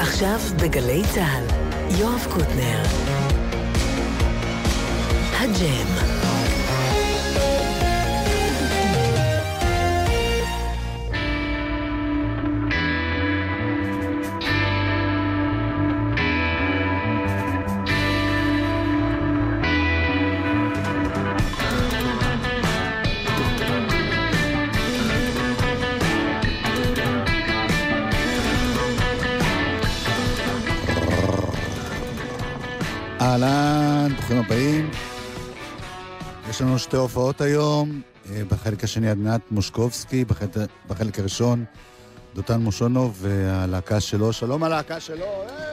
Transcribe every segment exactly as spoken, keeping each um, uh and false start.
עכשיו בגלי צהל, יואב קוטנר. הג'ם. אהלן, ברוכים הבאים. יש לנו שתי הופעות היום, בחלק השני עדנת מושקובסקי, בחלק, בחלק הראשון דותן מושונוב והלהקה שלו. שלום הלהקה שלו.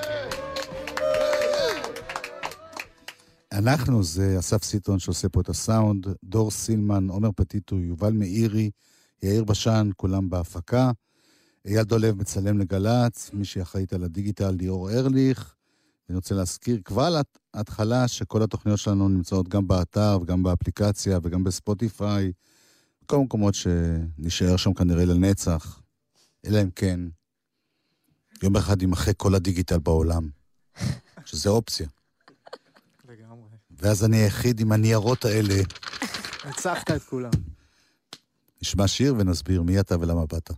אנחנו, זה אסף סיטון שעושה פה את הסאונד, דור סילמן, עומר פטיטו, יובל מאירי, יאיר בשן, כולם בהפקה. אייל דולב מצלם לגלץ, מי שאחראית על הדיגיטל ליאור ארליך. אני רוצה להזכיר כבר להתחלה שכל התוכניות שלנו נמצאות גם באתר וגם באפליקציה וגם בספוטיפיי, כל מקומות שנשאר שם כנראה לנצח, אלא אם כן, יום אחד ימחק כל הדיגיטל בעולם, שזה אופציה. לגמרי. ואז אני היחיד עם הניירות האלה. הצחת את כולם. נשמע שיר ונסביר מי אתה ולמה באת.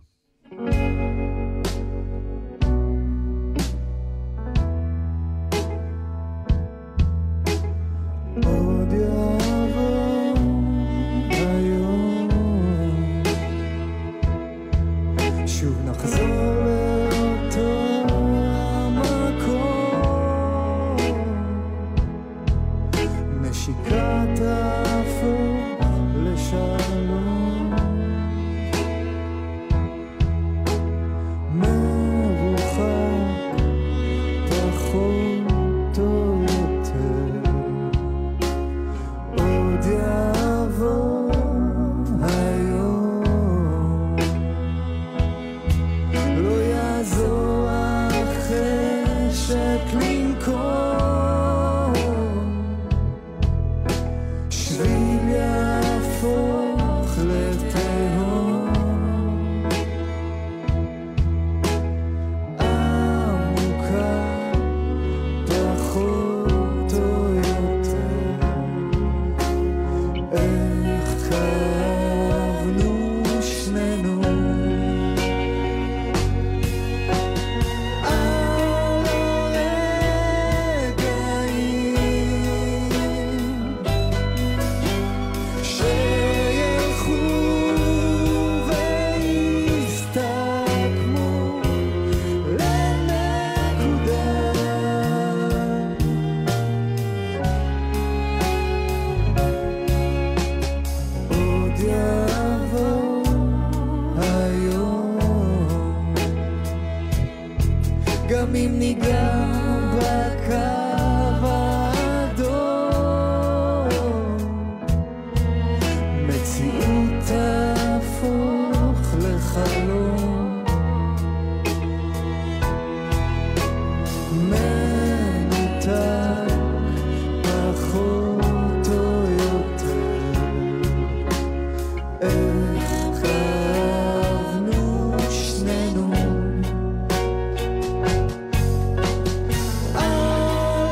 Oh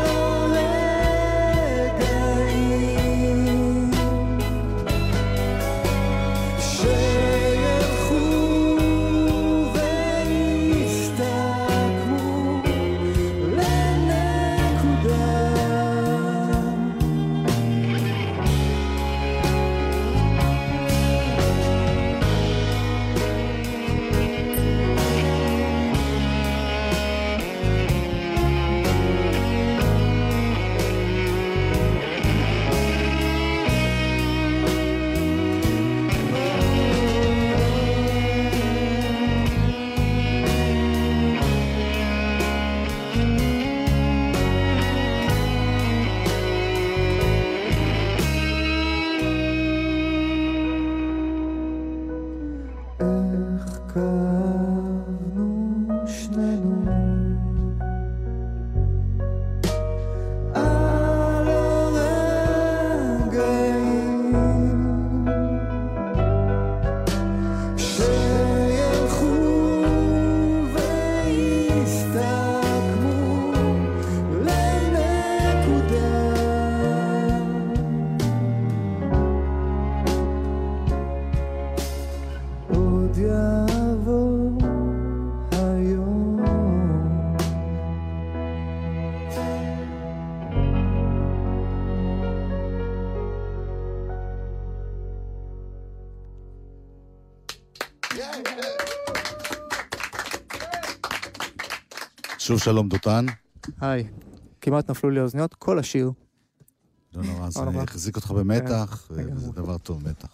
שוב שלום דותן. היי, כמעט נפלו לי האוזניות, כל השיר. לא נורא, זה לא נורא. החזיק אותך במתח, כן, וזה לגמרי. דבר טוב, מתח.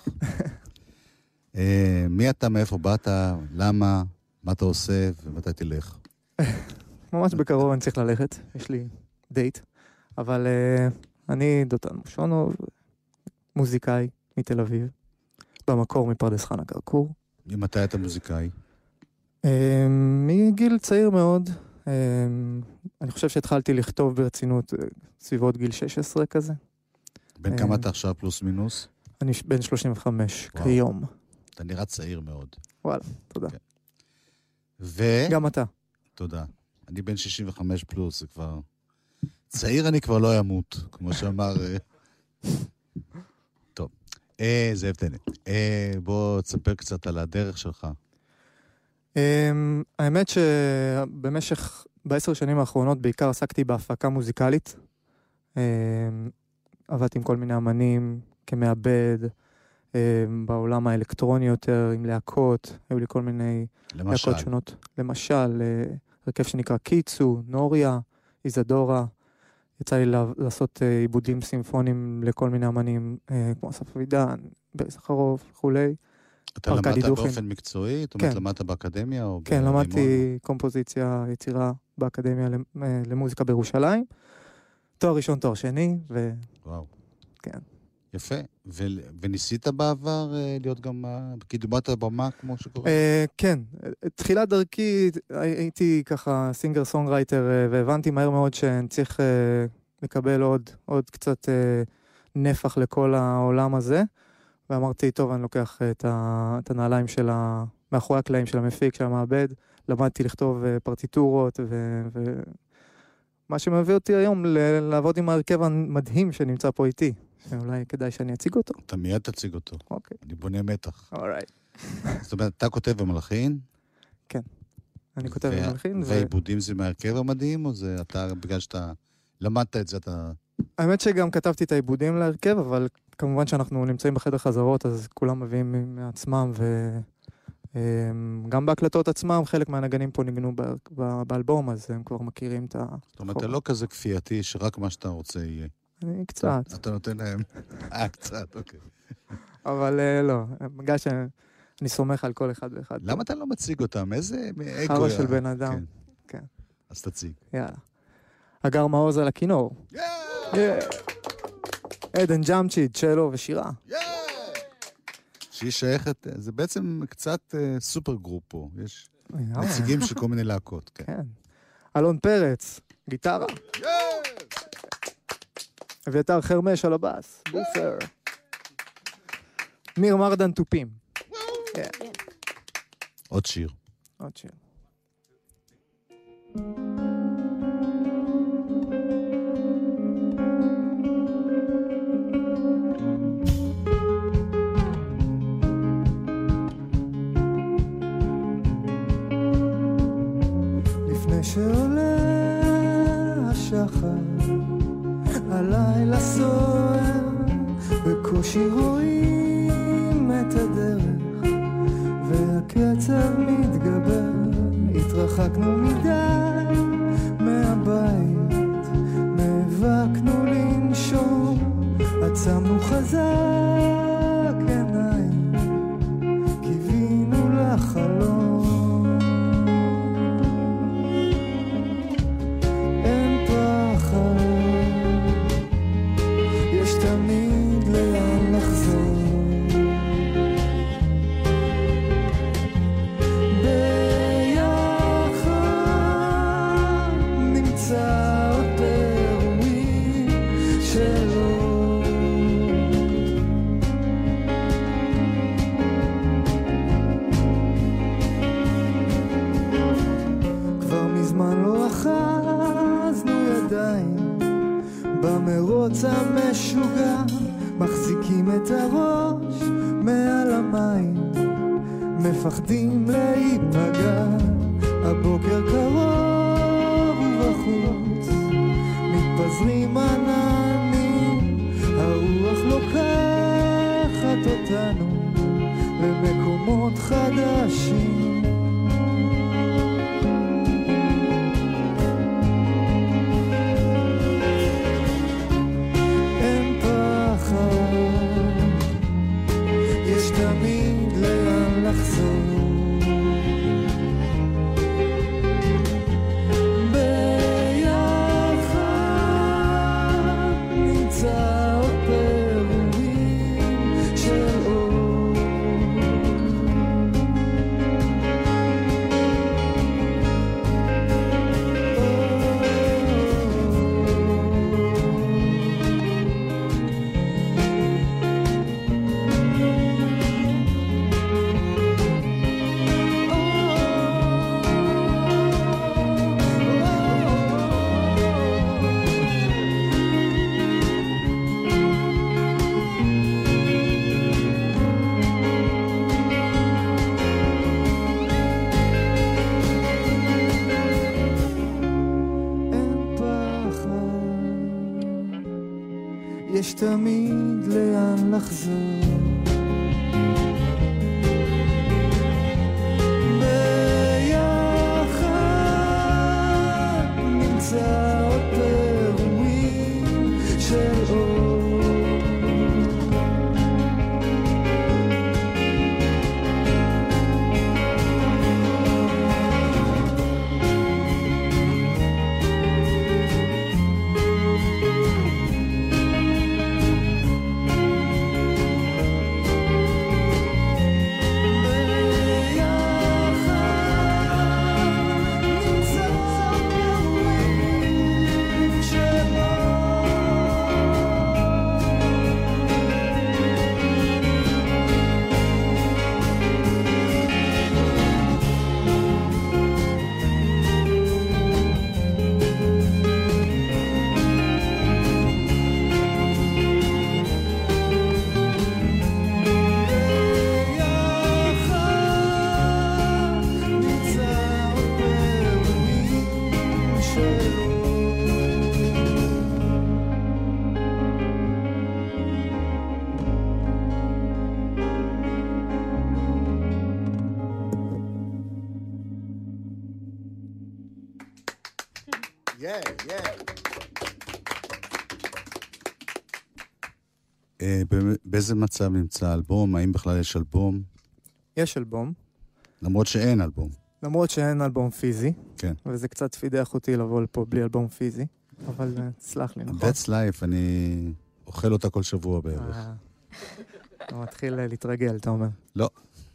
אה, מי אתה, מאיפה באת, למה, מה אתה עושה ומתי תלך? ממש בקרוב אני צריך ללכת, יש לי דייט, אבל uh, אני דותן מושונוב, מוזיקאי מתל אביב, במקור מפרדס חנה כרכור. ממתי אתה מוזיקאי? Uh, מגיל צעיר מאוד, uh, אני חושב שהתחלתי לכתוב ברצינות uh, סביבות גיל שש עשרה כזה. בן אה, כמה אתה עכשיו פלוס מינוס? אני ש- בן שלושים וחמש וואו. כיום. אתה נראה צעיר מאוד. וואלה, תודה. כן. ו... גם אתה. תודה. אני בן שישים וחמש פלוס, זה כבר... צעיר אני כבר לא ימות, כמו שאמר... אה, טוב. אה, זאב טנא. אה, בוא תספר קצת על הדרך שלך. Um, האמת שבמשך, בעשר שנים האחרונות, בעיקר עסקתי בהפקה מוזיקלית. Um, עבדתי עם כל מיני אמנים, כמעבד, um, בעולם האלקטרוני יותר, עם להקות, היו לי כל מיני למשל. להקות שונות. למשל, uh, הרכב שנקרא קיצו, נוריה, איזדורה. יצא לי לה- לעשות uh, עיבודים סימפונים לכל מיני אמנים, uh, כמו אסף אבידן, ברי סחרוף וכולי. אתה ארכדי למדת דוכין. באופן מקצועי? זאת אומרת, כן. למדת באקדמיה? או כן, בלימון? למדתי קומפוזיציה, יצירה באקדמיה למ- אה, למוזיקה בירושלים. תואר ראשון, תואר שני, ו... וואו. כן. יפה. ו- וניסית בעבר אה, להיות גם אה, קידומת הבמה, כמו שקורה? אה, כן, תחילת דרכי הייתי ככה סינגר סונגרייטר, אה, והבנתי מהר מאוד שאני צריך אה, לקבל עוד, עוד קצת אה, נפח לכל העולם הזה, ואמרתי, טוב, אני לוקח את, ה, את הנעליים של ה... מאחורי הקלעים של המפיק, של המעבד, למדתי לכתוב uh, פרטיטורות, ו... ו... מה שמביא אותי היום ל... לעבוד עם ההרכב המדהים שנמצא פה איתי, שאולי כדאי שאני אציג אותו. אתה מיד תציג אותו. אוקיי. אני בונה מתח. אורייט. זאת אומרת, אתה כותב ומלחין? אני כותב וה- ומלחין, ו... והעיבודים זה מהרכב המדהים, או זה אתה, בגלל שאתה למדת את זה, אתה... האמת שגם כתבתי את העיבודים להרכב, אבל כמובן שאנחנו נמצאים בחדר חזרות, אז כולם מביאים מעצמם, ו... גם בהקלטות עצמם, חלק מהנגנים פה ניגנו ב... ב... באלבום, אז הם כבר מכירים את ה... זאת אומרת, אתה לא כזה כפייתי שרק מה שאתה רוצה יהיה. אני קצת. אתה נותן להם... אה, קצת, אוקיי. אבל אה, לא, בגלל שאני סומך על כל אחד ואחד. למה אתה לא מציג אותם? איזה אגו... חרא יא- של בן אדם. כן. כן. אז תציג. יאללה. הגר מעוז על הכינור. עדן ג'אמצ'יד, צ'לו ושירה. שהיא שייכת, זה בעצם קצת אה, סופר גרופ פה. יש יאללה. נציגים של כל מיני להקות. כן. כן. אלון פרץ, גיטרה. אביתר חרמש על הבאס. בופר. ניר מרדן טופים. כן. עוד שיר. עוד שיר. לפני שעולה השחר, הלילה סוער, בקושי רואים את הדרך, והקצב מתגבר, התרחקנו מדי מהבית, נאבקנו לנשום, עצמנו חזק עיניים, קיווינו לחלום. אין פחד, יש תמיד לאן לחזור. ביחד נמצא עוד פירורים שלו. כבר מזמן לא אחזנו ידיים במרוץ המשוגע, מחזיקים את הראש מעל המים, מפחדים להיפגע. הבוקר קרוב ובחוץ מתפזרים עננים, הרוח לוקחת אותנו למקומות חדשים. יש תמיד לאן לחזור. ביחד נמצא עוד פירומים של אור. באיזה מצב נמצא אלבום? האם בכלל יש אלבום? יש אלבום. למרות שאין אלבום. למרות שאין אלבום פיזי. כן. וזה קצת פידח אותי לבוא לפה בלי אלבום פיזי. אבל סלח לי, נכון? That's life, אני אוכל אותה כל שבוע בערך. אתה מתחיל להתרגל, אתה אומר. לא.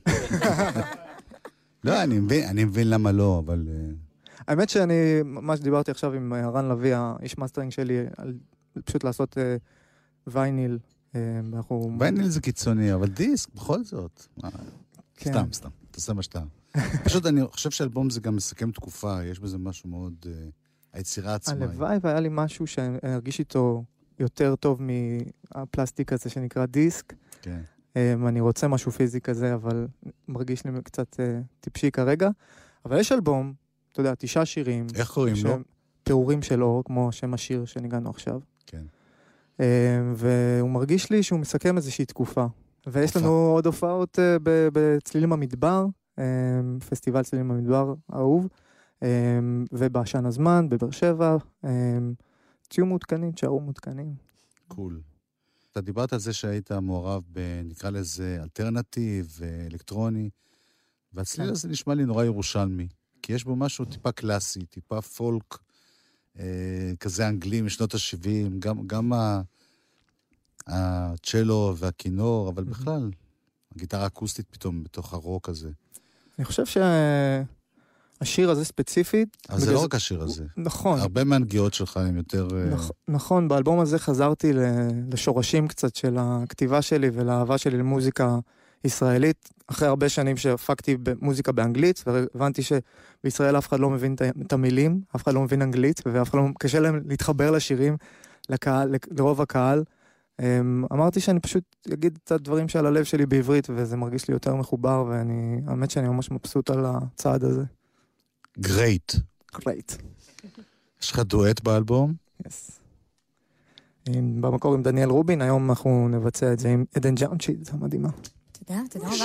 לא, אני מבין, אני מבין למה לא, אבל... האמת שאני, מה שדיברתי עכשיו עם רן לוי, האיש מאסטרינג שלי, פשוט לעשות וייניל, וייניל זה קיצוני, אבל דיסק, בכל זאת. סתם, סתם, תעשה מה שאתה. פשוט אני חושב שאלבום זה גם מסכם תקופה, יש בזה משהו מאוד, היצירה עצמה. הלוואי והיה לי משהו שהרגיש איתו יותר טוב מהפלסטיק הזה שנקרא דיסק. כן. אני רוצה משהו פיזי כזה, אבל מרגיש לי קצת טיפשי כרגע. אבל יש אלבום, אתה יודע, תשעה שירים. איך קוראים לו? פירורים של אור, כמו שם השיר שניגענו עכשיו. כן. והוא מרגיש לי שהוא מסכם איזושהי תקופה. ויש לנו עוד הופעות בצלילים המדבר, פסטיבל צלילים המדבר האהוב, ובעשן הזמן, בבר שבע, תהיו מעודכנים, תשארו מעודכנים. קול. אתה דיברת על זה שהיית מעורב בנקרא לזה אלטרנטיב, אלקטרוני, והצליל הזה נשמע לי נורא ירושלמי, כי יש בו משהו טיפה קלאסי, טיפה פולק, כזה אנגלי משנות ה-שבעים, גם, גם הצ'לו והכינור, אבל בכלל, הגיטרה האקוסטית פתאום בתוך הרוק הזה. אני חושב שהשיר הזה ספציפית... אז זה לא רק השיר הזה. נכון. הרבה מהנגיעות שלך הם יותר... נכון, באלבום הזה חזרתי לשורשים קצת של הכתיבה שלי ולאהבה שלי למוזיקה ישראלית, אחרי הרבה שנים שהפקתי במוזיקה באנגלית, והבנתי שבישראל אף אחד לא מבין את המילים, אף אחד לא מבין אנגלית, ואף אחד לא... קשה להם להתחבר לשירים, לקהל, לרוב הקהל. אמרתי שאני פשוט אגיד את הדברים שעל הלב שלי בעברית, וזה מרגיש לי יותר מחובר, ואני, האמת שאני ממש מבסוט על הצעד הזה. גרייט. גרייט. יש לך דואט באלבום? יס. במקור עם דניאל רובין, היום אנחנו נבצע את זה עם עדן ג'אונצ'יד, זה מדהימה. תודה, תודה רבה.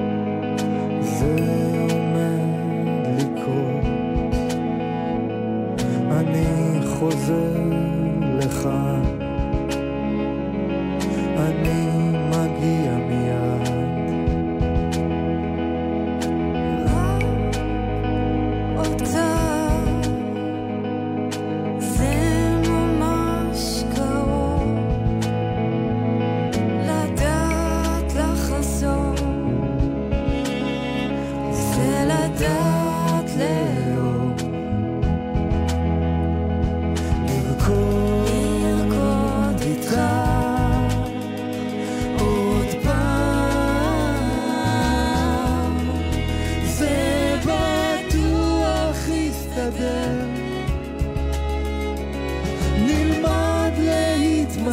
זה עומד לקרות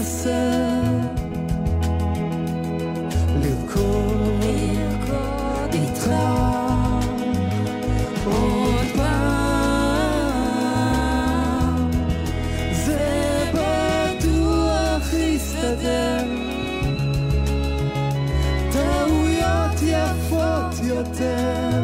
מנסה לרקוד איתך עוד פעם, זה בטוח יסתדר, טעויות יפות יותר.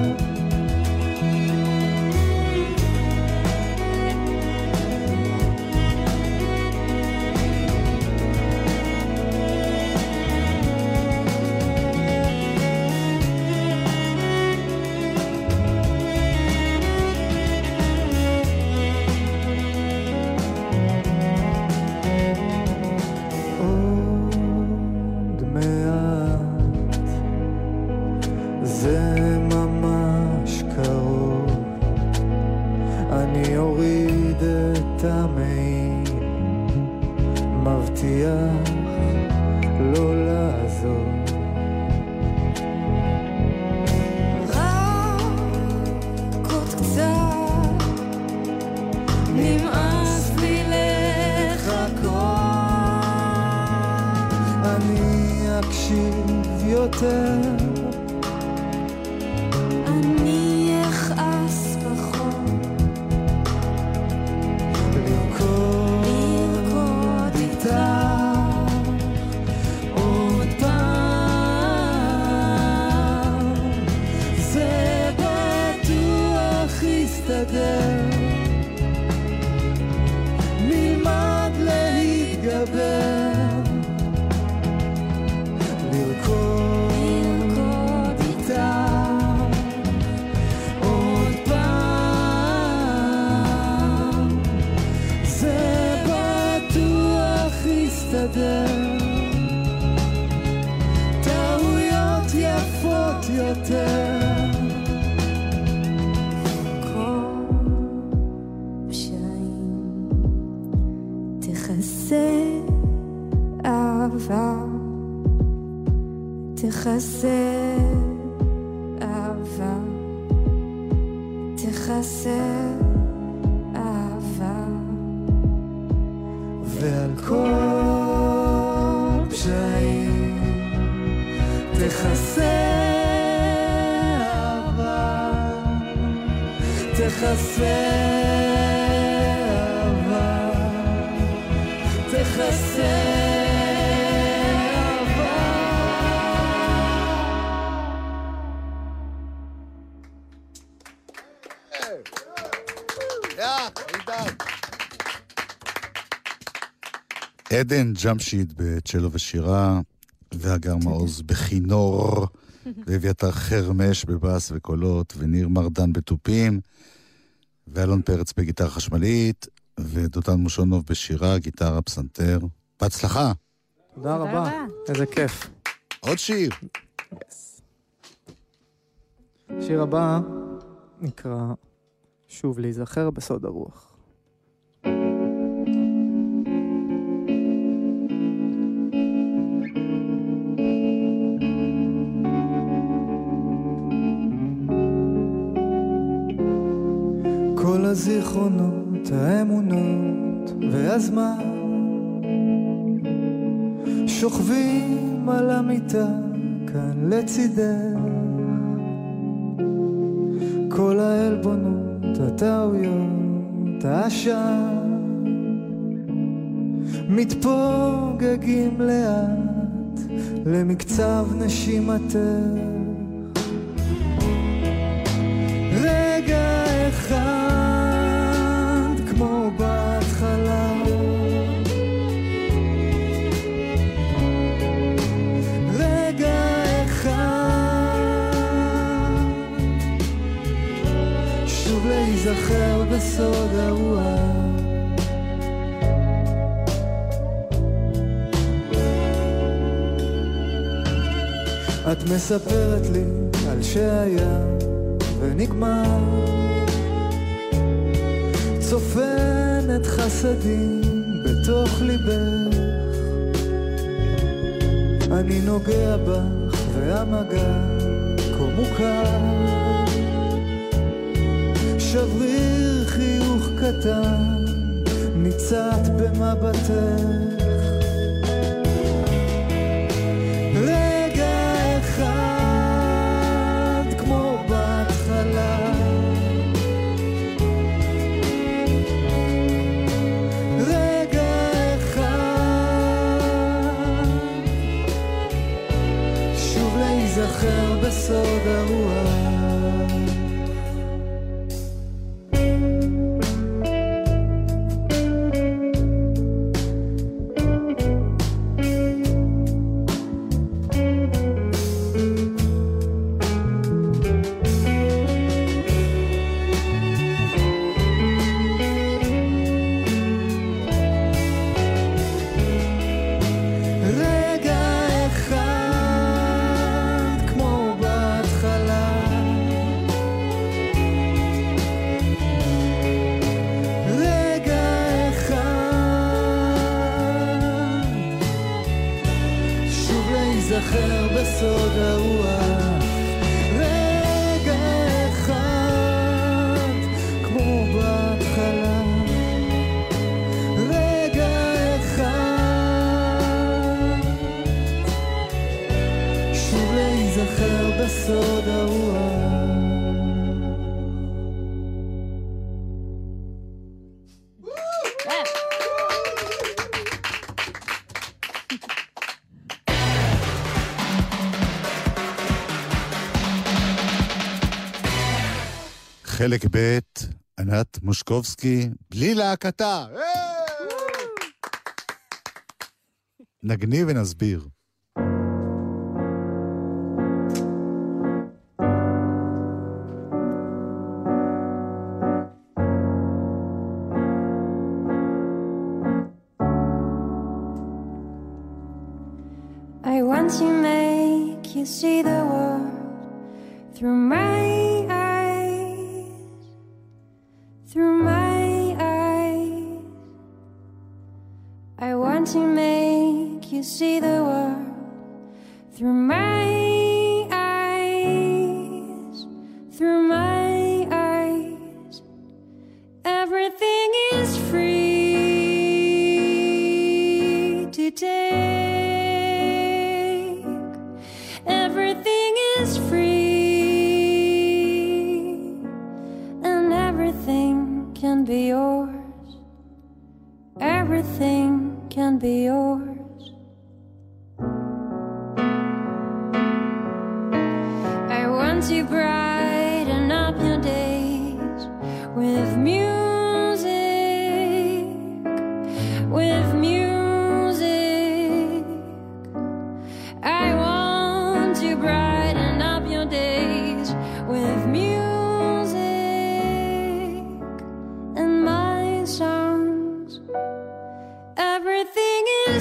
עדן ג'משיד בצ'לו ושירה, והגר מעוז בכינור, ואביתר חרמש בבאס וקולות, וניר מרדן בטופים, ואלון פרץ בגיטרה חשמלית, ודותן מושונוב בשירה, גיטרה, פסנתר. בהצלחה. תודה רבה, איזה כיף. עוד שיר. שיר הבא נקרא שוב להיזכר בסוד הרוח. כל הזיכרונות, האמונות והזמן שוכבים על המיטה כאן לצידך, כל העלבונות, הטעויות, העשן מתפוגגים לאט למקצב נשימתך. רגע אחד כמו בהתחלה, רגע אחד שוב להיזכר בסוד הרוח. את מספרת לי על שהיה ונגמר, צופנת חסדים בתוך ליבך, אני נוגע בך והמגע כה מוכר, שבריר חיוך קטן ניצת במבטך. הרוח. חלק ב' ענת מושקובסקי, בלי להקתה. נגניב ונסביר. I want to make you see the world through my eyes, through my eyes. I want to make you see the world through my eyes, through my eyes. Everything is free today. Everything is free, and everything can be yours. Everything can be yours. I want to brighten up your days with music, with music. I want to brighten up your days with music and my songs. Everything is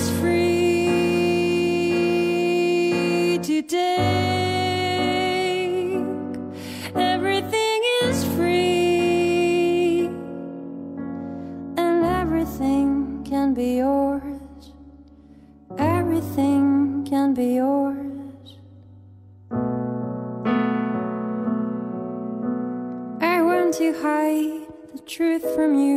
free today. Everything is free, and everything can be yours. Everything can be yours. I want to hide the truth from you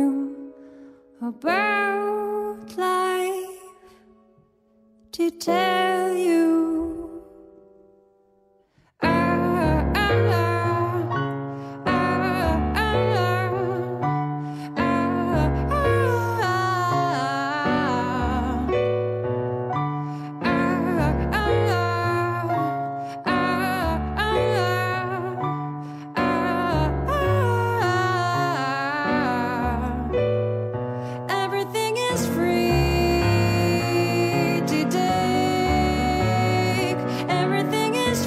about life, to tell you ah, ah, ah, ah, ah, everything is free today. Everything is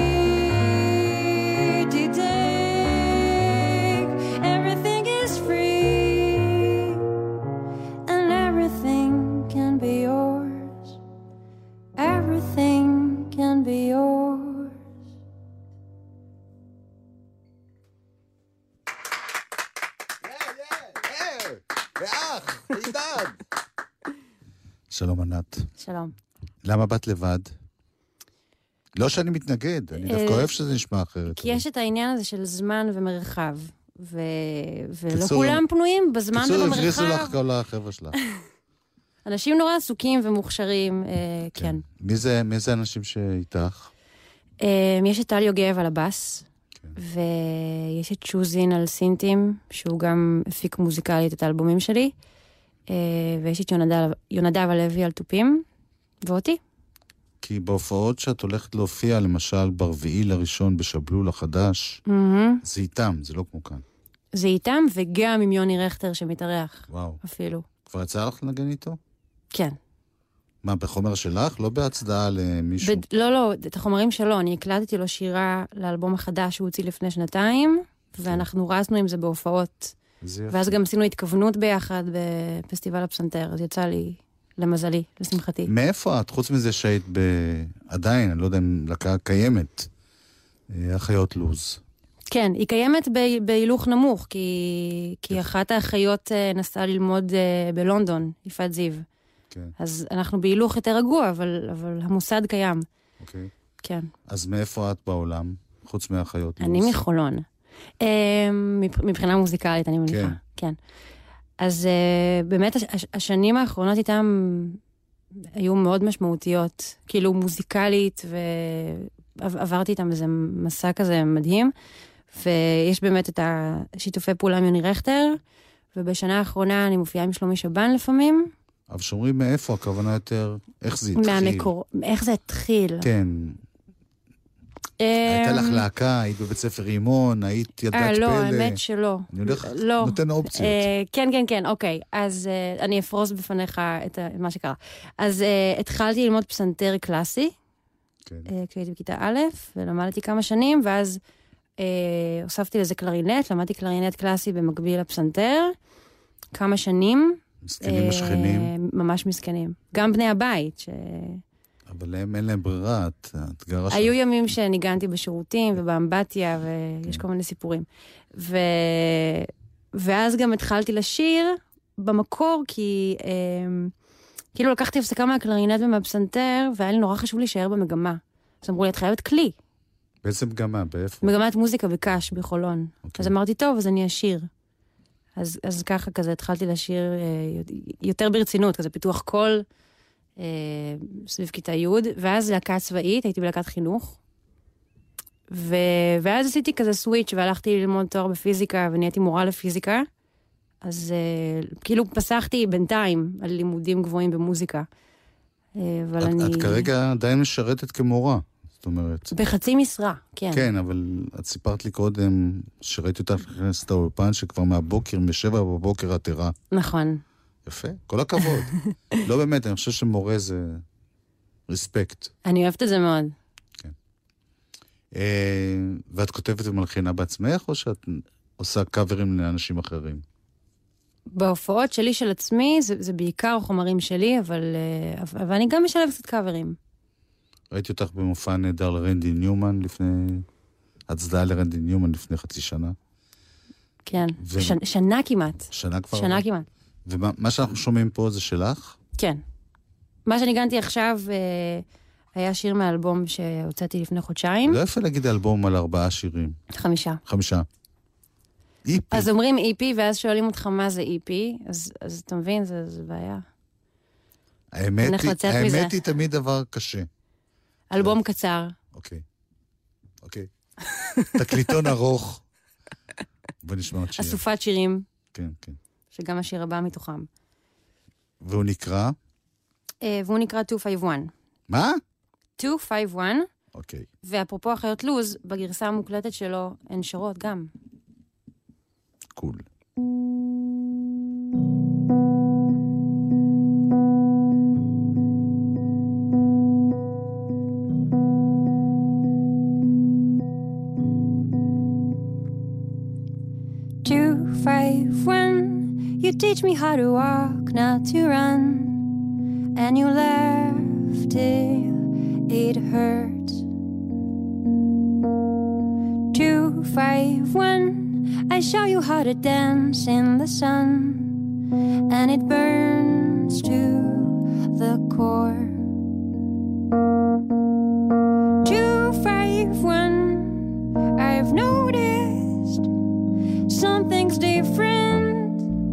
free today. Everything is free, and everything can be yours. Everything can be yours. שלום ענת. שלום. למה באת לבד? לא שאני מתנגד, אני דווקא אוהב שזה נשמע אחרת. כי יש את העניין הזה של זמן ומרחב, ו... ולא קיצור- כולם פנויים בזמן קיצור, ובמרחב. הבריזו לך כל החבר'ה שלך. אנשים נורא עסוקים ומוכשרים, אה, כן. מי זה, מי זה האנשים שאיתך? אה, יש את טל יוגב על הבאס, ויש את שוזין על סינטים, שהוא גם הפיק מוזיקלית את האלבומים שלי, אה, ויש את יונדב, יונדב הלוי על טופים, ואותי. כי בהופעות שאת הולכת להופיע, למשל ברביעי לראשון בשבלול החדש, זה איתם, זה לא כמו כאן. זה איתם, וגם עם יוני רכטר שמתארח. וואו. אפילו. כבר יצא לך לנגן איתו? כן. מה, בחומר שלך? לא בהצדעה למישהו? בד... לא, לא, את החומרים שלו. אני הקלטתי לו שירה לאלבום החדש שהוא הוציא לפני שנתיים, ואנחנו רזנו עם זה בהופעות. ואז גם עשינו התכוונות ביחד בפסטיבל הפסנתר, אז יצא לי למזלי, לשמחתי. מאיפה את? חוץ מזה שהיית ב... עדיין, אני לא יודע אם לקה קיימת, אחיות לוז. כן, היא קיימת ב- בהילוך נמוך, כי, כי אחת האחיות נסעה ללמוד בלונדון, יפעת זיו. כן. אז אנחנו בהילוך יותר רגוע, אבל, אבל המוסד קיים. אוקיי. כן. אז מאיפה את בעולם, חוץ מהאחיות לוז? אני מחולון. מבחינה מוזיקלית, אני מניחה. כן. כן. אז באמת השנים האחרונות איתם היו מאוד משמעותיות, כאילו מוזיקלית, ועברתי איתם איזה מסע כזה מדהים, ויש באמת את השיתופי פעולה עם יוני רכטר, ובשנה האחרונה אני מופיעה עם שלומי שבן לפעמים. אבל שומרים מאיפה, הכוונה יותר, איך זה התחיל? מהמקור, איך זה התחיל? כן. הייתה לך להקה, היית בבית ספר רימון, היית ילדת פלא. לא, האמת שלא. אני הולך, לא. נותן אופציות. כן, כן, כן, אוקיי. אז אני אפרוס בפניך את מה שקרה. אז התחלתי ללמוד פסנתר קלאסי, כשהייתי בכיתה א', ולמדתי כמה שנים, ואז הוספתי לזה קלרינט, למדתי קלרינט קלאסי במקביל לפסנתר, כמה שנים. מסכנים השכנים. ממש מסכנים. גם בני הבית, ש... אבל הם אין להם ברירה, את גרה שם. היו ימים שניגנתי בשירותים ובאמבטיה, ויש כל מיני סיפורים. ו... ואז גם התחלתי לשיר במקור, כי אה, כאילו לקחתי הפסקה מהקלרינט ומהפסנתר, והיה לי נורא חשוב להישאר במגמה. אז אמרו לי, את חייבת כלי. באיזה מגמה? באיפה? מגמת מוזיקה בקש, בחולון. אוקיי. אז אמרתי, טוב, אז אני אשיר. אז, אז ככה כזה התחלתי לשיר אה, יותר ברצינות, כזה פיתוח קול, אה, סביב כיתה י', ואז להקה צבאית, הייתי בלהקת חינוך, ו... ואז עשיתי כזה סוויץ' והלכתי ללמוד תואר בפיזיקה, ונהייתי מורה לפיזיקה, אז אה, כאילו פסחתי בינתיים על לימודים גבוהים במוזיקה. אה, אבל את, אני... את כרגע עדיין משרתת כמורה, זאת אומרת. בחצי משרה, כן. כן, אבל את סיפרת לי קודם, שראיתי אותך נכנסת האולפן, שכבר מהבוקר, משבע בבוקר עתירה. נכון. יפה, כל הכבוד. לא באמת, אני חושב שמורה זה רספקט. אני אוהבת את זה מאוד. כן. אה, ואת כותבת ומלחינה בעצמך, או שאת עושה קאברים לאנשים אחרים? בהופעות שלי של עצמי, זה, זה בעיקר חומרים שלי, אבל, אבל אני גם משלב קצת קאברים. ראיתי אותך במופע נהדר לרנדי ניומן לפני... הצדעה לרנדי ניומן לפני חצי שנה. כן, ו... ש... שנה כמעט. שנה כבר? שנה כמעט. ומה שאנחנו שומעים פה זה שלך? כן. מה שניגנתי עכשיו היה שיר מהאלבום שהוצאתי לפני חודשיים. לא יפה להגיד אלבום על ארבעה שירים. חמישה. חמישה. אי פי. אז אומרים אי פי, ואז שואלים אותך מה זה אי פי, אז, אז אתה מבין, זה, זה בעיה. האמת, היא, האמת היא תמיד דבר קשה. אלבום קצר. אוקיי. אוקיי. תקליטון ארוך. בוא נשמע עוד שיר. אסופת שירים. כן, כן. שגם השיר הבא מתוכם. והוא נקרא? והוא נקרא מאתיים חמישים ואחת. מה? מאתיים חמישים ואחת. אוקיי. ואפרופו אחיות לוז, בגרסה המוקלטת שלו הן שרות גם. קול. Two, five, one. You teach me how to walk, not to run. And you laugh till it hurts. Two, five, one. I show you how to dance in the sun. And it burns to the core. Two, five, one. I've noticed something's different,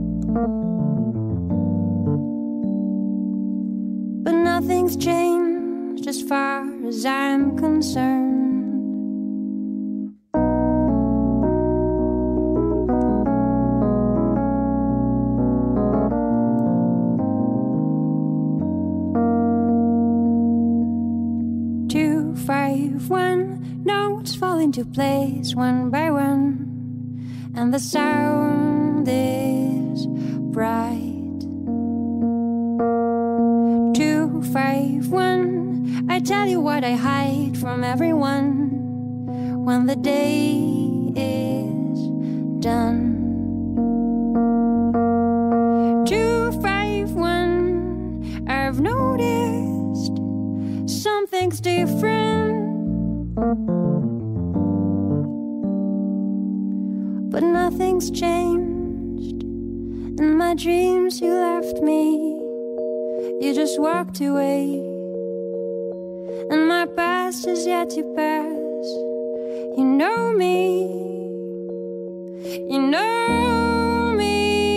but nothing's changed as far as I'm concerned. five, one. Notes fall into place one by one, and the sound is bright. Two, five, one. I tell you what I hide from everyone when the day is done. Two, five, one. I've noticed something's different, but nothing's changed. In my dreams you left me, you just walked away, and my past is yet to pass. You know me, you know me.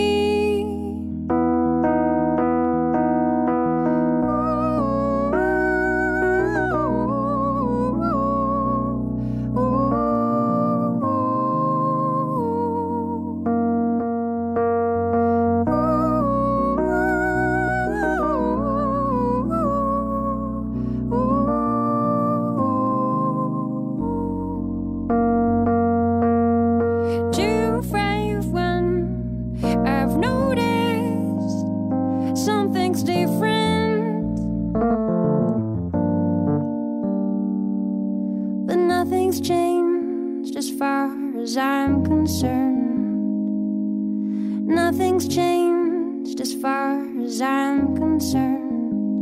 Nothing's changed as far as I'm concerned.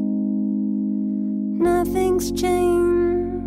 Nothing's changed.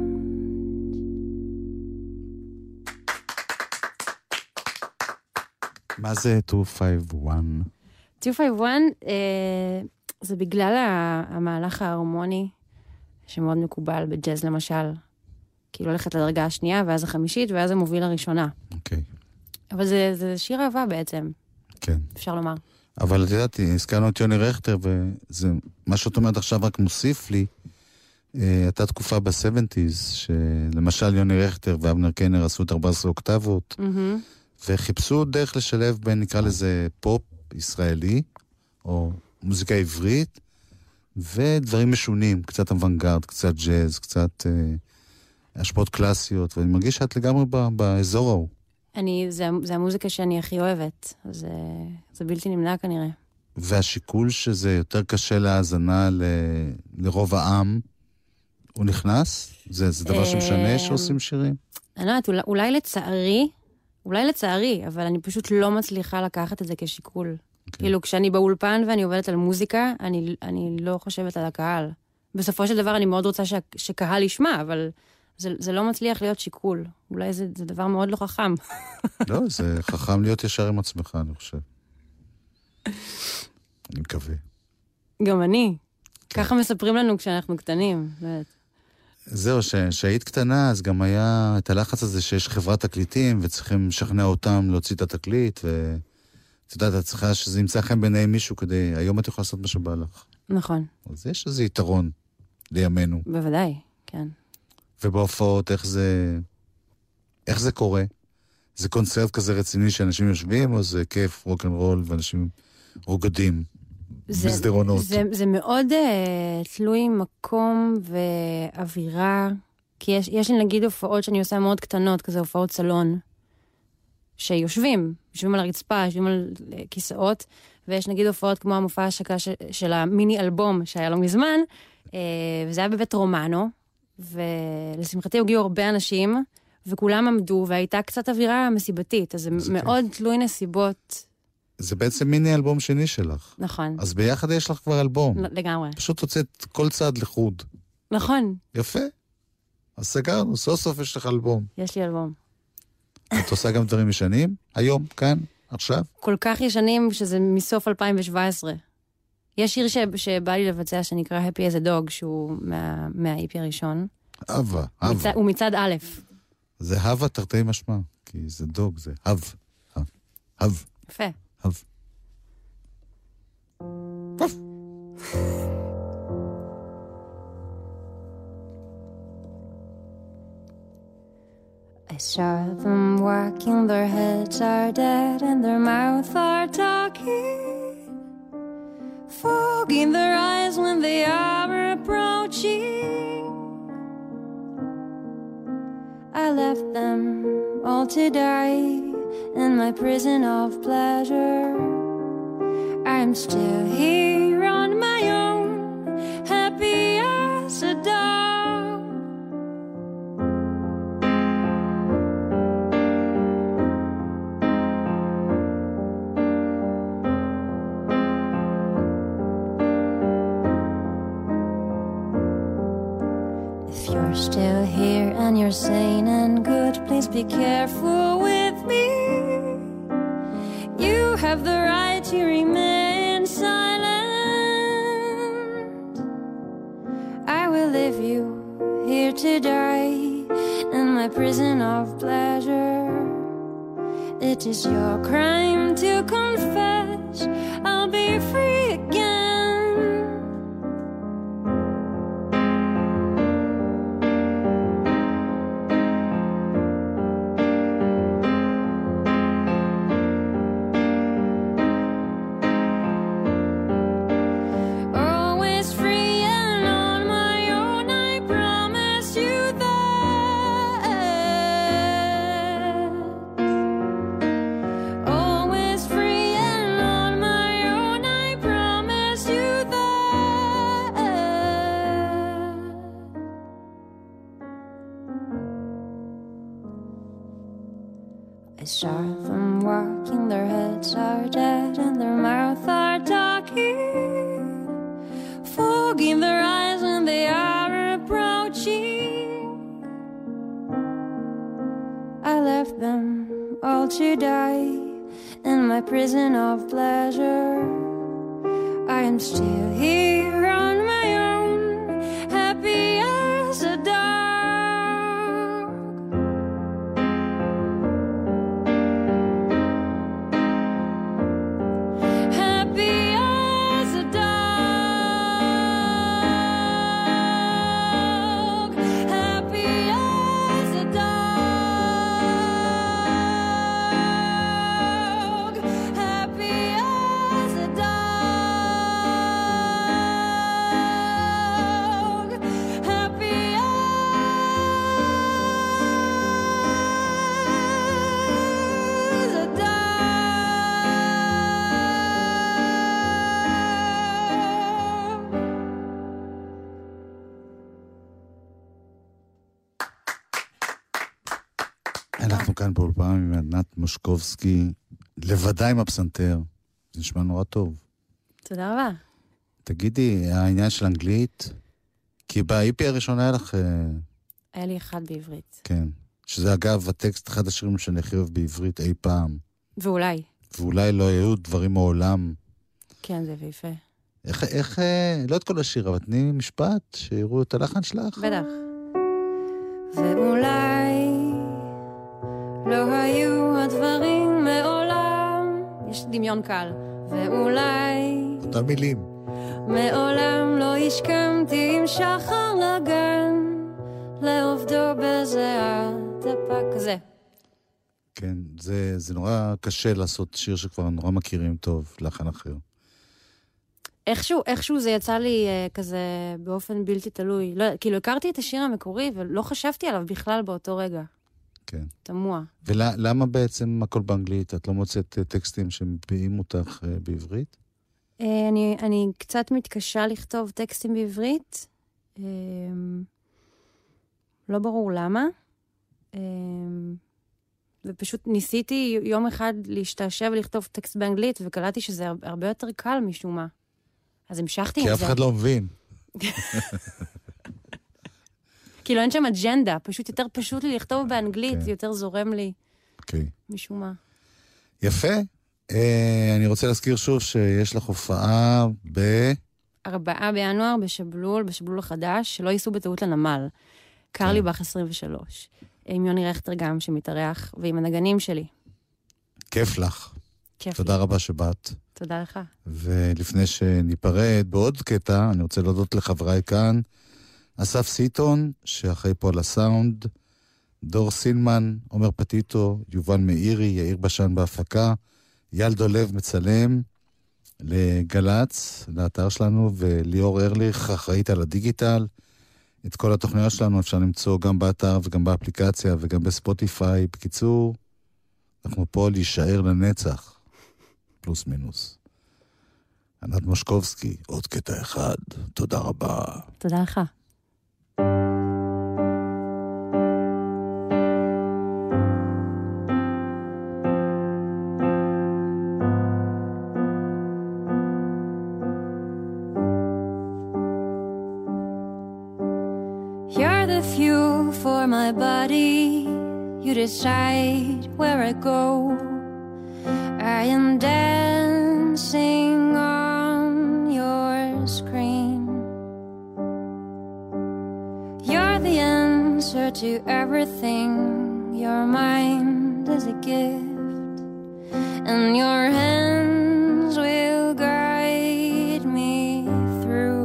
מה זה מאתיים חמישים ואחת? מאתיים חמישים ואחת אה, זה בגלל המהלך ההרמוני שמאוד מקובל בג'אז למשל. כאילו הולכת לדרגה השנייה ואז החמישית ואז המוביל הראשונה. אוקיי. אבל זה, זה שיר אהבה בעצם. כן. אפשר לומר. אבל את יודעת, הזכרנו את יוני רכטר, וזה, מה שאת אומרת עכשיו רק מוסיף לי, הייתה תקופה ב-שבעים, שלמשל יוני רכטר ואבנר קיינר עשו את ארבע עשרה אוקטבות, mm-hmm. וחיפשו דרך לשלב בין, נקרא לזה, פופ ישראלי, או מוזיקה עברית, ודברים משונים, קצת אוונגרד, קצת ג'אז, קצת אה, השפעות קלאסיות, ואני מרגיש שאת לגמרי ב- באזור ההוא. אני, זה, זה המוזיקה שאני הכי אוהבת, זה, זה בלתי נמנע כנראה. והשיקול שזה יותר קשה להאזנה ל, לרוב העם, הוא נכנס? זה, זה דבר שמשנה שעושים שירים? אני לא יודעת, אולי, אולי לצערי, אולי לצערי, אבל אני פשוט לא מצליחה לקחת את זה כשיקול. Okay. כאילו, כשאני באולפן ואני עובדת על מוזיקה, אני, אני לא חושבת על הקהל. בסופו של דבר אני מאוד רוצה ש, שקהל ישמע, אבל זה, זה לא מצליח להיות שיקול. אולי זה, זה דבר מאוד לא חכם. לא, זה חכם להיות ישר עם עצמך, אני חושב. אני מקווה. גם אני. כן. ככה מספרים לנו כשאנחנו קטנים. באמת. זהו, שהיית קטנה, אז גם היה את הלחץ הזה שיש חברת תקליטים, וצריכים לשכנע אותם להוציא את התקליט, ואת יודעת, את צריכה שזה ימצא לכם ביניהם מישהו כדי, היום את יכולה לעשות מה שבא לך. נכון. אז יש איזה יתרון לימינו. בוודאי, כן. ובהופעות, איך זה, איך זה קורה? זה קונצרט כזה רציני שאנשים יושבים, או זה כיף, רוק'נ'רול, ואנשים רוקדים בסדרונות? זה, זה מאוד uh, תלוי מקום ואווירה, כי יש, יש לי נגיד הופעות שאני עושה מאוד קטנות, כזה הופעות סלון, שיושבים, יושבים על הרצפה, יושבים על כיסאות, ויש נגיד הופעות כמו המופע השקה ש, של המיני אלבום שהיה לו מזמן, uh, וזה היה בבית רומנו, ולשמחתי הגיעו הרבה אנשים, וכולם עמדו, והייתה קצת אווירה מסיבתית, אז זה, זה מאוד כיף. תלוי נסיבות. זה בעצם מיני אלבום שני שלך. נכון. אז ביחד יש לך כבר אלבום. לגמרי. פשוט הוצאת כל צעד לחוד. נכון. יפה. אז סגרנו, סוף סוף יש לך אלבום. יש לי אלבום. את עושה גם דברים ישנים? היום, כאן, עכשיו? כל כך ישנים שזה מסוף אלפיים שבע עשרה. יש שיר ש... שבא לי לבצע שנקרא Happy as a Dog, שהוא מה... מה-אי פי הראשון. אהבה, אהבה. מצ... הוא מצד א'. זה הווה תרתי משמע, כי זה דוג, זה הב. הב. יפה. הב. I saw them walking, their heads are dead and their mouths are talking, fog in their eyes when they are approaching. left them all to die in my prison of pleasure. I'm still here on my own, happy as a dog. If you're still here and you're sane and good, please be careful with me. You have the right to remain silent. I will leave you here to die in my prison of pleasure. It is your crime to confess. I'll be free again. I saw them walking, their heads are dead and their mouths are talking, fog in their eyes and they are approaching. I left them all to die in my prison of pleasure. I am still here on my own, happy as a dog. אנחנו כאן באולפן עם ענת מושקובסקי, לבדה עם הפסנתר. זה נשמע נורא טוב. תודה רבה. תגידי, העניין של אנגלית, כי ב-אי פי הראשונה היה לך... היה לי אחד בעברית. כן. שזה אגב הטקסט, אחד השירים שאני הכי אוהב בעברית אי פעם. ואולי. ואולי לא היו דברים מעולם. כן, זה ויפה. איך, איך, לא את כל השיר, אבל תני משפט, שיראו את הלחן שלך. בטח. ואולי לא היו הדברים מעולם, יש דמיון קל. ואולי אותם מילים. מעולם לא השכמתי עם שחר לגן, לעובדו בזיעת הפק. כזה. כן, זה, זה נורא קשה לעשות שיר שכבר נורא מכירים טוב, לחן אחר. איכשהו, איכשהו זה יצא לי אה, כזה באופן בלתי תלוי. לא, כאילו, הכרתי את השיר המקורי, ולא חשבתי עליו בכלל באותו רגע. כן. תמוה. ולמה בעצם הכל באנגלית? את לא מוצאת טקסטים שמביאים אותך אה, בעברית? אה, אני, אני קצת מתקשה לכתוב טקסטים בעברית. אה, לא ברור למה. אה, ופשוט ניסיתי יום אחד להשתעשע ולכתוב טקסט באנגלית, וקלטתי שזה הרבה יותר קל משום מה. אז המשכתי עם זה. כי אף אחד לא מבין. כאילו אין שם אג'נדה, פשוט יותר פשוט לי לכתוב באנגלית, יותר זורם לי משום מה. יפה. אני רוצה להזכיר שוב שיש לך הופעה ב... ארבעה בינואר בשבלול, בשבלול החדש, שלא ייסעו בטעות לנמל. קרלי בח עשרים ושלוש. עם יוני רכטר גם שמתארח, ועם הנגנים שלי. כיף לך. כיף תודה לי. רבה שבאת. תודה לך. ולפני שניפרד בעוד קטע, אני רוצה להודות לחבריי כאן, אסף סיטון, שאחראי פה על הסאונד, דור סילמן, עומר פטיטו, יובל מאירי, יאיר בשן בהפקה, יל דולב מצלם, לגלץ, לאתר שלנו, וליאור ארליך, אחראית על הדיגיטל. את כל התוכניות שלנו אפשר למצוא גם באתר וגם באפליקציה וגם בספוטיפיי. בקיצור, אנחנו פה להישאר לנצח, פלוס מינוס. ענת מושקובסקי, עוד קטע אחד. תודה רבה. תודה לך. You're the fuel for my body. You decide where I go. I am dancing on your screen. You're the answer to everything. Your mind is a gift, and your hands will guide me through.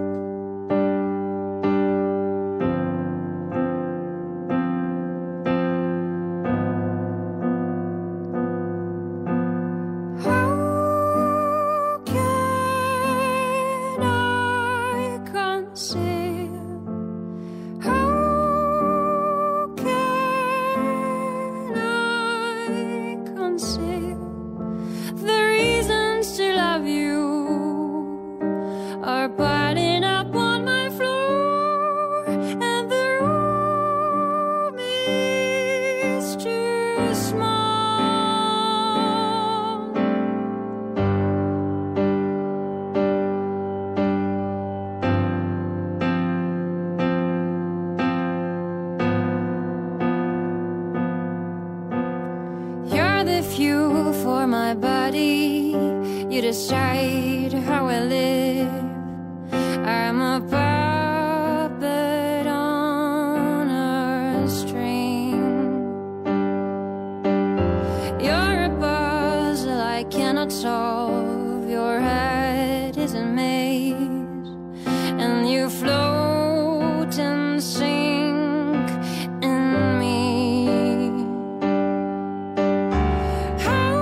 decide how I live. I'm a puppet on a string. You're a puzzle I cannot solve. Your head is a maze, and you float and sink in me. How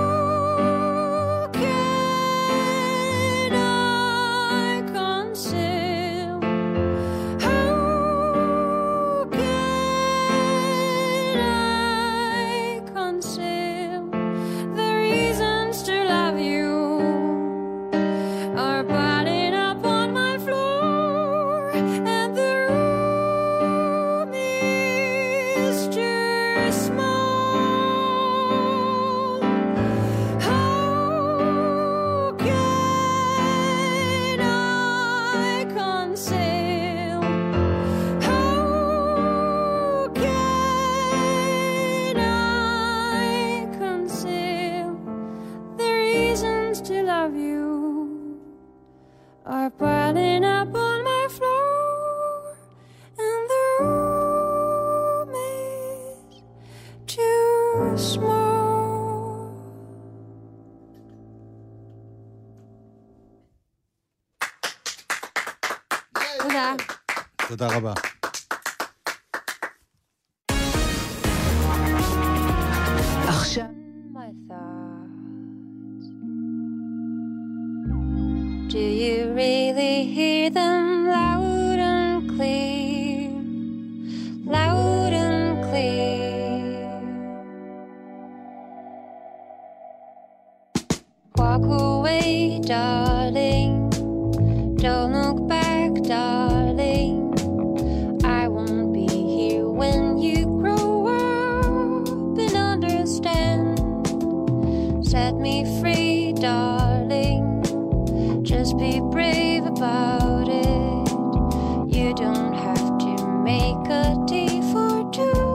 can I conceal? How can I conceal the reasons to love you are piling up on my floor, and the room is too small. How can I conceal? How can I conceal the reasons to love you are piling up on my floor, and the room is too small. תודה. תודה רבה. עכשיו My thoughts. Do you really hear them loud and clear? Loud and clear. Walk away, darling. Don't look back, darling. I won't be here when you grow up and understand. Set me free, darling. Just be brave about it. You don't have to make a deal for two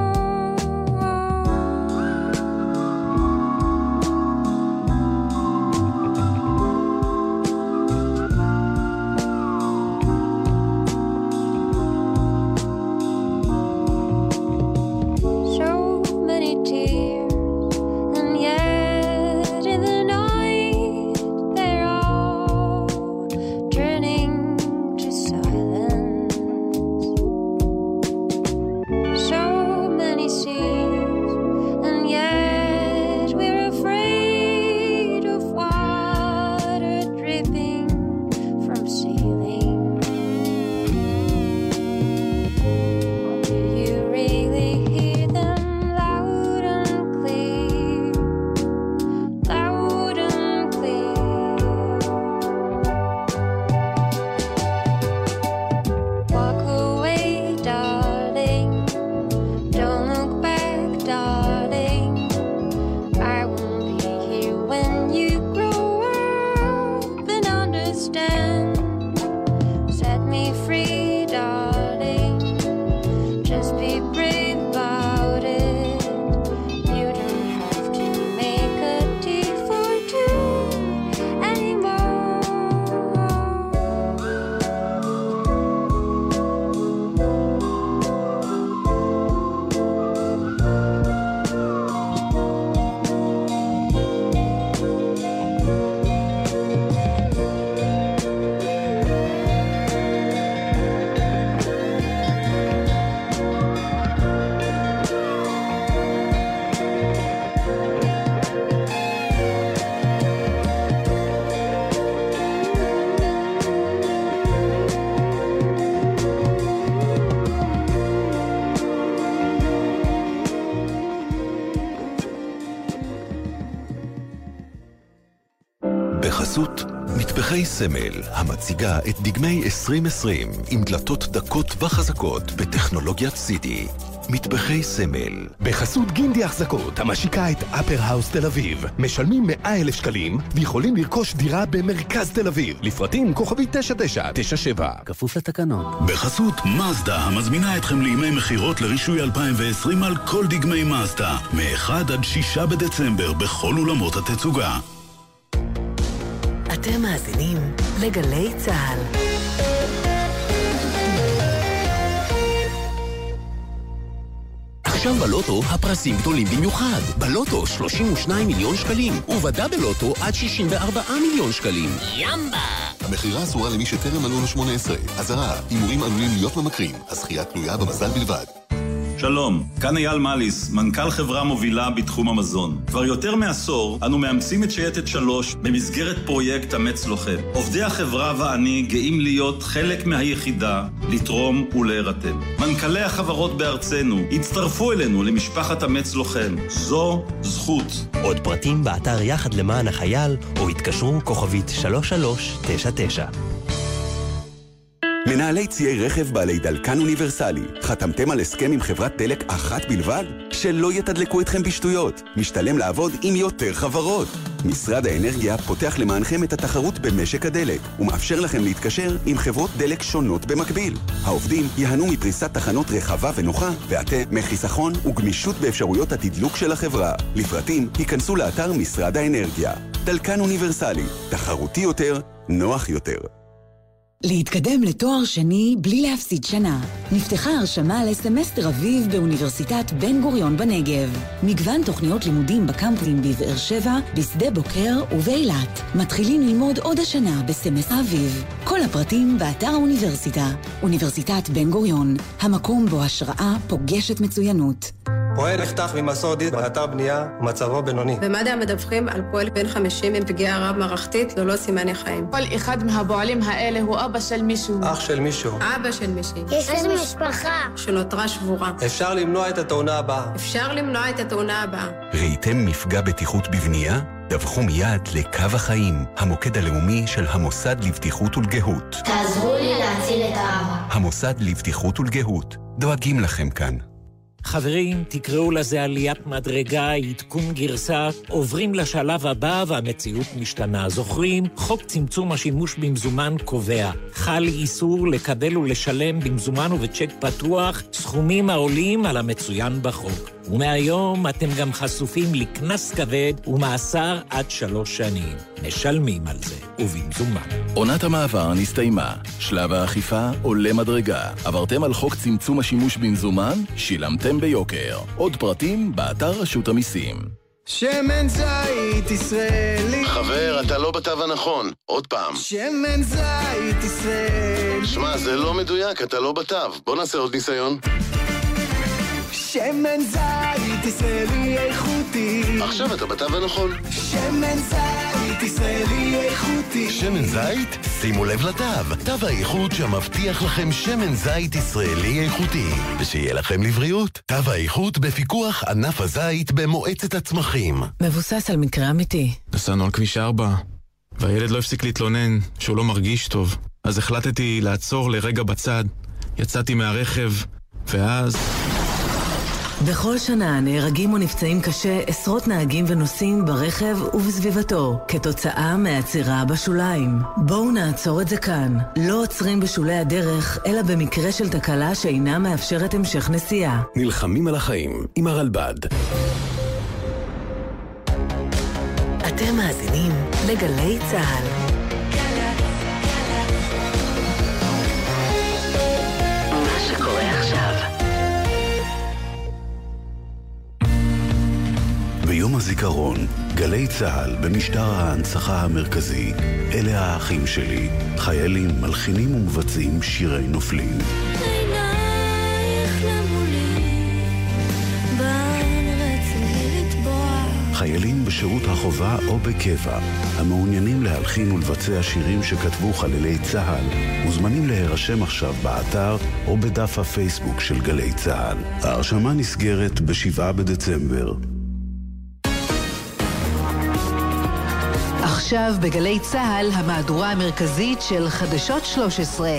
anymore. מטבחי סמל, המציגה את דגמי עשרים עשרים עם דלתות דקות וחזקות בטכנולוגיית סיטי. מטבחי סמל. בחסות גינדי החזקות, המשיקה את אפר האוס תל אביב. משלמים מאה אלף שקלים ויכולים לרכוש דירה במרכז תל אביב. לפרטים כוכבי תשע תשע תשע שבע. כפוף לתקנון. בחסות מזדה, המזמינה אתכם לימי מחירות לרישוי אלפיים ועשרים על כל דגמי מזדה. מ-אחד עד שישה בדצמבר בכל אולמות התצוגה. אתם מאזינים לגלי צהל. עכשיו בלוטו הפרסים גדולים במיוחד. בלוטו שלושים ושניים מיליון שקלים, ובדה בלוטו עד שישים וארבעה מיליון שקלים. ימבה! המחירה אסורה למי שטרם מלאו לו שמונה עשרה. אזהרה, הימורים עלולים להיות ממכרים. הזכייה תלויה במזל בלבד. שלום, כאן אייל מליס, מנכ"ל חברה מובילה בתחום המזון. כבר יותר מעשור אנו מאמצים את שייטת שלוש במסגרת פרויקט אמץ לוחם. עובדי החברה ואני גאים להיות חלק מהיחידה, לתרום ולהירתם. מנכ"לי החברות בארצנו הצטרפו אלינו למשפחת אמץ לוחם. זו זכות. עוד פרטים באתר יחד למען החייל או התקשרו כוכבית שלוש שלוש תשע תשע. מנהלי ציי רכב בעלי דלקן אוניברסלי, חתמתם על הסכם עם חברת דלק אחת בלבד? שלא יתדלקו אתכם בשטויות. משתלם לעבוד עם יותר חברות. משרד האנרגיה פותח למענכם את התחרות במשק הדלק, ומאפשר לכם להתקשר עם חברות דלק שונות במקביל. העובדים יהנו מפריסת תחנות רחבה ונוחה, ואתם מחיסכון וגמישות באפשרויות התדלוק של החברה. לפרטים, היכנסו לאתר משרד האנרגיה. דלקן אוניברסלי, תחרותי יותר, נוח יותר. להתקדם לתואר שני בלי להפסיד שנה. נפתחה הרשמה לסמסטר אביב באוניברסיטת בן גוריון בנגב. מגוון תוכניות לימודים בקמפוסים בבאר שבע, בשדה בוקר ובאילת. מתחילים ללמוד עוד השנה בסמסטר אביב. כל הפרטים באתר האוניברסיטה. אוניברסיטת בן גוריון, המקום בו השראה פוגשת מצוינות. פועל נחתך ממסורדית באתר בנייה, מצבו בינוני. במד"א מדווחים על פועל בן חמישים עם פגיעה רב-מערכתית ללא סימני חיים. כל אחד מהפועלים האלה הוא אבא של מישהו. אח של מישהו. אבא של מישהי. יש לנו משפחה. שנותרה שבורה. אפשר למנוע את התאונה הבאה. אפשר למנוע את התאונה הבאה. ראיתם מפגע בטיחות בבנייה? דווחו מיד לקו החיים, המוקד הלאומי של המוסד לבטיחות ולגהות. תעזרו לי להציל את האבא. המוסד לבטיחות ולגהות. דואגים לכם כאן. חברים, תקראו לזה עליית מדרגה, עדכון גרסה, עוברים לשלב הבא והמציאות משתנה. זוכרים? חוק צמצום השימוש במזומן קובע. חל איסור לקבל ולשלם במזומן ובצ'ק פתוח סכומים העולים על המצוין בחוק. ומהיום אתם גם חשופים לקנס כבד ומאסר עד שלוש שנים. משלמים על זה, ובמזומן. עונת המעבר נסתיימה. שלב האכיפה עולה מדרגה. עברתם על חוק צמצום השימוש במזומן? שילמתם ביוקר. עוד פרטים באתר רשות המיסים. שמן זית ישראלי. חבר, אתה לא בתו הנכון. עוד פעם. שמן זית ישראלי. שמע, זה לא מדויק, אתה לא בתו. בוא נעשה עוד ניסיון. שמן זית ישראלי איכותי. עכשיו אתה בתו הנכון. שמן זית ישראלי איכותי. שמן זית? שימו לב לתו. תו האיכות שמבטיח לכם שמן זית ישראלי איכותי. ושיהיה לכם לבריאות. תו האיכות בפיקוח ענף הזית במועצת הצמחים. מבוסס על מקרה אמיתי. נסענו על כביש ארבע, והילד לא הפסיק להתלונן שהוא לא מרגיש טוב. אז החלטתי לעצור לרגע בצד. יצאתי מהרכב, ואז... בכל שנה נהרגים או נפצעים קשה עשרות נהגים ונוסעים ברכב ובסביבתו, כתוצאה מהעצירה בשוליים. בואו נעצור את זה כאן. לא עוצרים בשולי הדרך, אלא במקרה של תקלה שאינה מאפשרת המשך נסיעה. נלחמים על החיים עם הרלב"ד. אתם מאזינים לגלי צהל. מה שקורה עכשיו. ביום הזיכרון, גלי צהל במשדר ההנצחה המרכזי. אלה האחים שלי, חיילים מלחינים ומבצעים שירי נופלים. חיילים בשירות החובה או בקבע, המעוניינים להלחין ולבצע שירים שכתבו חללי צהל, מוזמנים להירשם עכשיו באתר או בדף הפייסבוק של גלי צהל. ההרשמה נסגרת בשבעה בדצמבר. עכשיו בגלי צהל, המהדורה המרכזית של חדשות שלוש עשרה.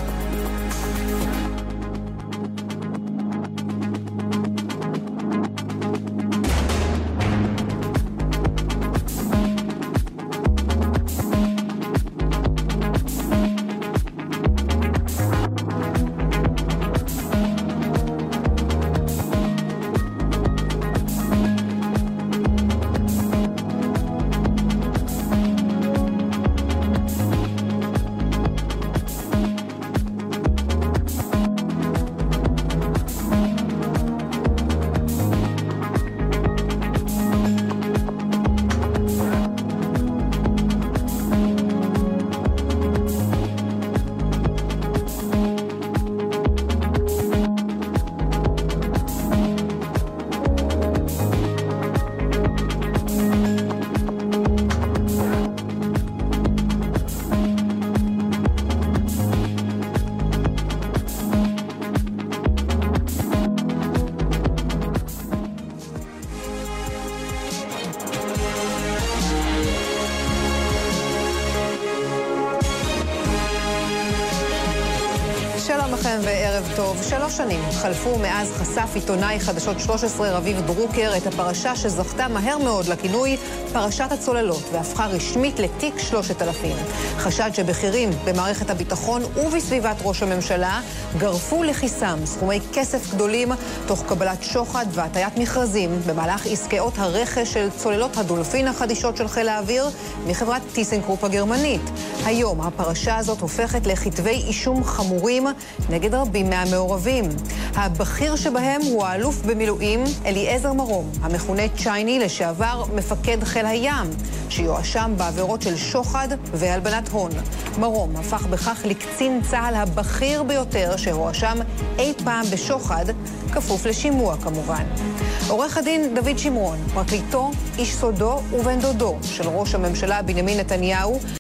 שלום לכם וערב טוב. שלוש שנים חלפו מאז חשף עיתונאי חדשות שלוש עשרה רביב דרוקר את הפרשה שזכתה מהר מאוד לכינוי פרשת הצוללות והפכה רשמית לתיק שלושת אלפים. חשד שבכירים במערכת הביטחון ובסביבת ראש הממשלה גרפו לכיסם סכומי כסף גדולים תוך קבלת שוחד והטיית מכרזים במהלך עסקאות הרכש של צוללות הדולפין החדישות של חיל האוויר מחברת טיסנקרופ הגרמנית. היום הפרשה הזאת הופכת לכתבי אישום חמורים נגד רבים מהמעורבים. הבכיר שבהם הוא האלוף במילואים אליעזר מרום, המכונה צ'ייני, לשעבר מפקד חיל הים, שיואשם בעבירות של שוחד והלבנת הון. מרום הפך בכך לקצין צה"ל הבכיר ביותר שהואשם אי פעם בשוחד, כפוף לשימוע כמובן. עורך הדין דוד שמרון, פרקליטו, איש סודו ובן דודו של ראש הממשלה בנימין נתניהו,